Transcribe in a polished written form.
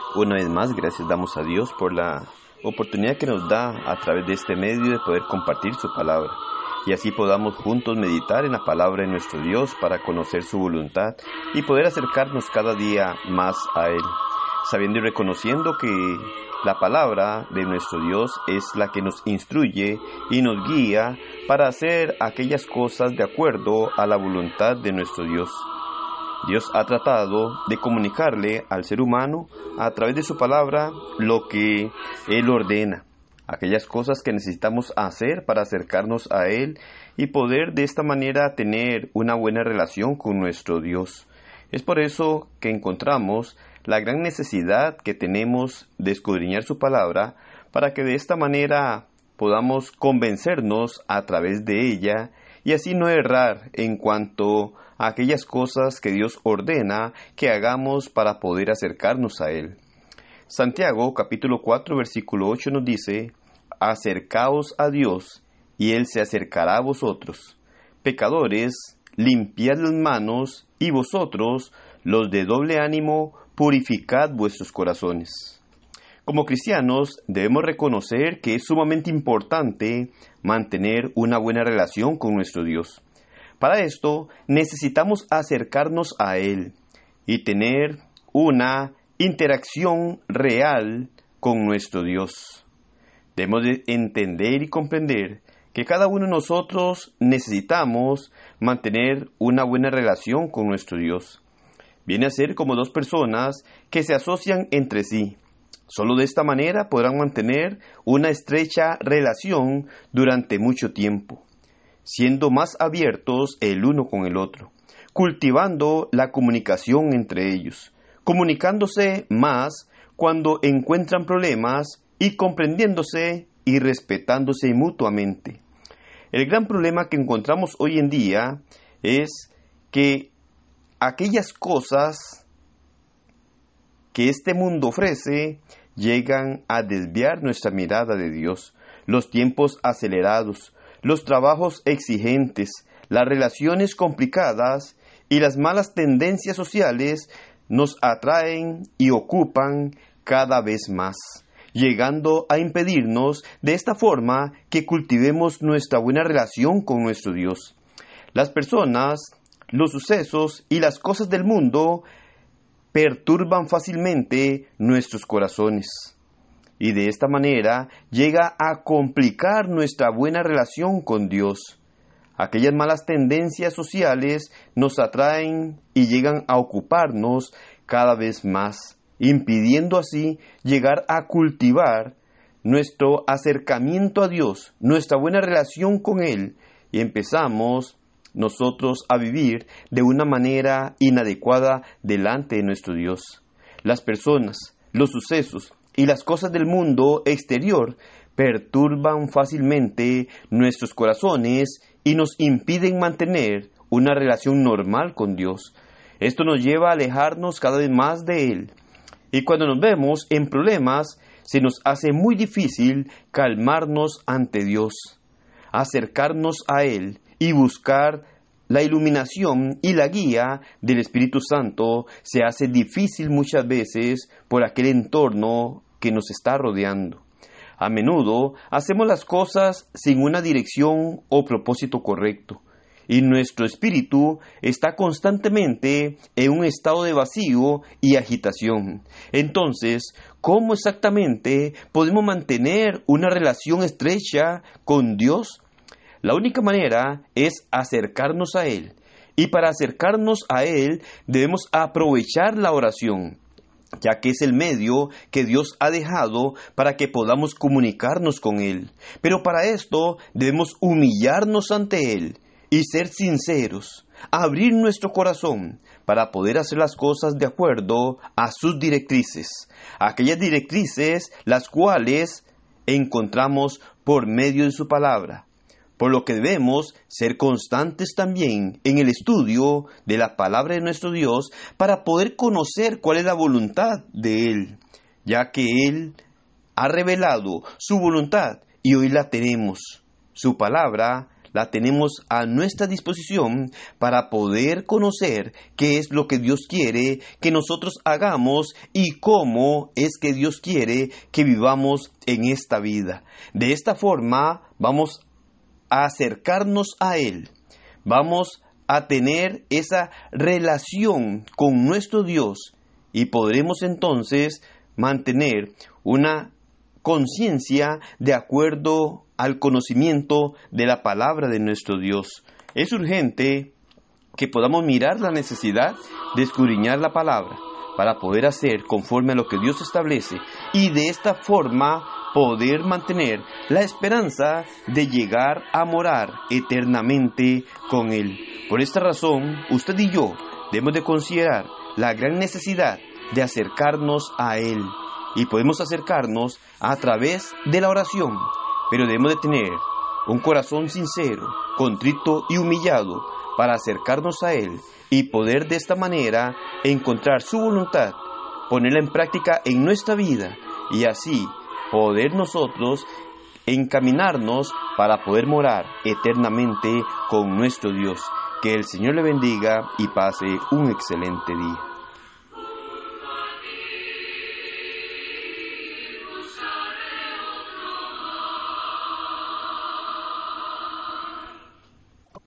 Una vez más, gracias damos a Dios por la oportunidad que nos da a través de este medio de poder compartir su palabra. Y así podamos juntos meditar en la palabra de nuestro Dios para conocer su voluntad y poder acercarnos cada día más a Él, sabiendo y reconociendo que la palabra de nuestro Dios es la que nos instruye y nos guía para hacer aquellas cosas de acuerdo a la voluntad de nuestro Dios. Dios ha tratado de comunicarle al ser humano a través de su palabra lo que Él ordena, aquellas cosas que necesitamos hacer para acercarnos a Él y poder de esta manera tener una buena relación con nuestro Dios. Es por eso que encontramos la gran necesidad que tenemos de escudriñar su palabra para que de esta manera podamos convencernos a través de ella y así no errar en cuanto a aquellas cosas que Dios ordena que hagamos para poder acercarnos a Él. Santiago capítulo 4 versículo 8 nos dice: acercaos a Dios y Él se acercará a vosotros. Pecadores, limpiad las manos, y vosotros, los de doble ánimo, purificad vuestros corazones. Como cristianos, debemos reconocer que es sumamente importante mantener una buena relación con nuestro Dios. Para esto, necesitamos acercarnos a Él y tener una interacción real con nuestro Dios. Debemos de entender y comprender que cada uno de nosotros necesitamos mantener una buena relación con nuestro Dios. Viene a ser como dos personas que se asocian entre sí. Solo de esta manera podrán mantener una estrecha relación durante mucho tiempo, siendo más abiertos el uno con el otro, cultivando la comunicación entre ellos, comunicándose más cuando encuentran problemas y comprendiéndose y respetándose mutuamente. El gran problema que encontramos hoy en día es que aquellas cosas que este mundo ofrece llegan a desviar nuestra mirada de Dios. Los tiempos acelerados, los trabajos exigentes, las relaciones complicadas y las malas tendencias sociales nos atraen y ocupan cada vez más, llegando a impedirnos de esta forma que cultivemos nuestra buena relación con nuestro Dios. Las personas, los sucesos y las cosas del mundo perturban fácilmente nuestros corazones y de esta manera llega a complicar nuestra buena relación con Dios. Aquellas malas tendencias sociales nos atraen y llegan a ocuparnos cada vez más, impidiendo así llegar a cultivar nuestro acercamiento a Dios, nuestra buena relación con Él, y empezamos nosotros a vivir de una manera inadecuada delante de nuestro Dios. Las personas, los sucesos y las cosas del mundo exterior perturban fácilmente nuestros corazones y nos impiden mantener una relación normal con Dios. Esto nos lleva a alejarnos cada vez más de Él. Y cuando nos vemos en problemas, se nos hace muy difícil calmarnos ante Dios, acercarnos a Él y buscar la iluminación y la guía del Espíritu Santo se hace difícil muchas veces por aquel entorno que nos está rodeando. A menudo hacemos las cosas sin una dirección o propósito correcto, y nuestro espíritu está constantemente en un estado de vacío y agitación. Entonces, ¿cómo exactamente podemos mantener una relación estrecha con Dios? La única manera es acercarnos a Él. Y para acercarnos a Él debemos aprovechar la oración, ya que es el medio que Dios ha dejado para que podamos comunicarnos con Él. Pero para esto debemos humillarnos ante Él y ser sinceros, abrir nuestro corazón para poder hacer las cosas de acuerdo a sus directrices. Aquellas directrices las cuales encontramos por medio de su palabra. Por lo que debemos ser constantes también en el estudio de la palabra de nuestro Dios para poder conocer cuál es la voluntad de Él, ya que Él ha revelado su voluntad y hoy la tenemos. Su palabra la tenemos a nuestra disposición para poder conocer qué es lo que Dios quiere que nosotros hagamos y cómo es que Dios quiere que vivamos en esta vida. De esta forma vamos a acercarnos a Él, vamos a tener esa relación con nuestro Dios y podremos entonces mantener una conciencia de acuerdo al conocimiento de la palabra de nuestro Dios. Es urgente que podamos mirar la necesidad de escudriñar la palabra para poder hacer conforme a lo que Dios establece y de esta forma poder mantener la esperanza de llegar a morar eternamente con Él. Por esta razón, usted y yo debemos de considerar la gran necesidad de acercarnos a Él. Y podemos acercarnos a través de la oración, pero debemos de tener un corazón sincero, contrito y humillado para acercarnos a Él y poder de esta manera encontrar su voluntad, ponerla en práctica en nuestra vida y así poder nosotros encaminarnos para poder morar eternamente con nuestro Dios. Que el Señor le bendiga y pase un excelente día.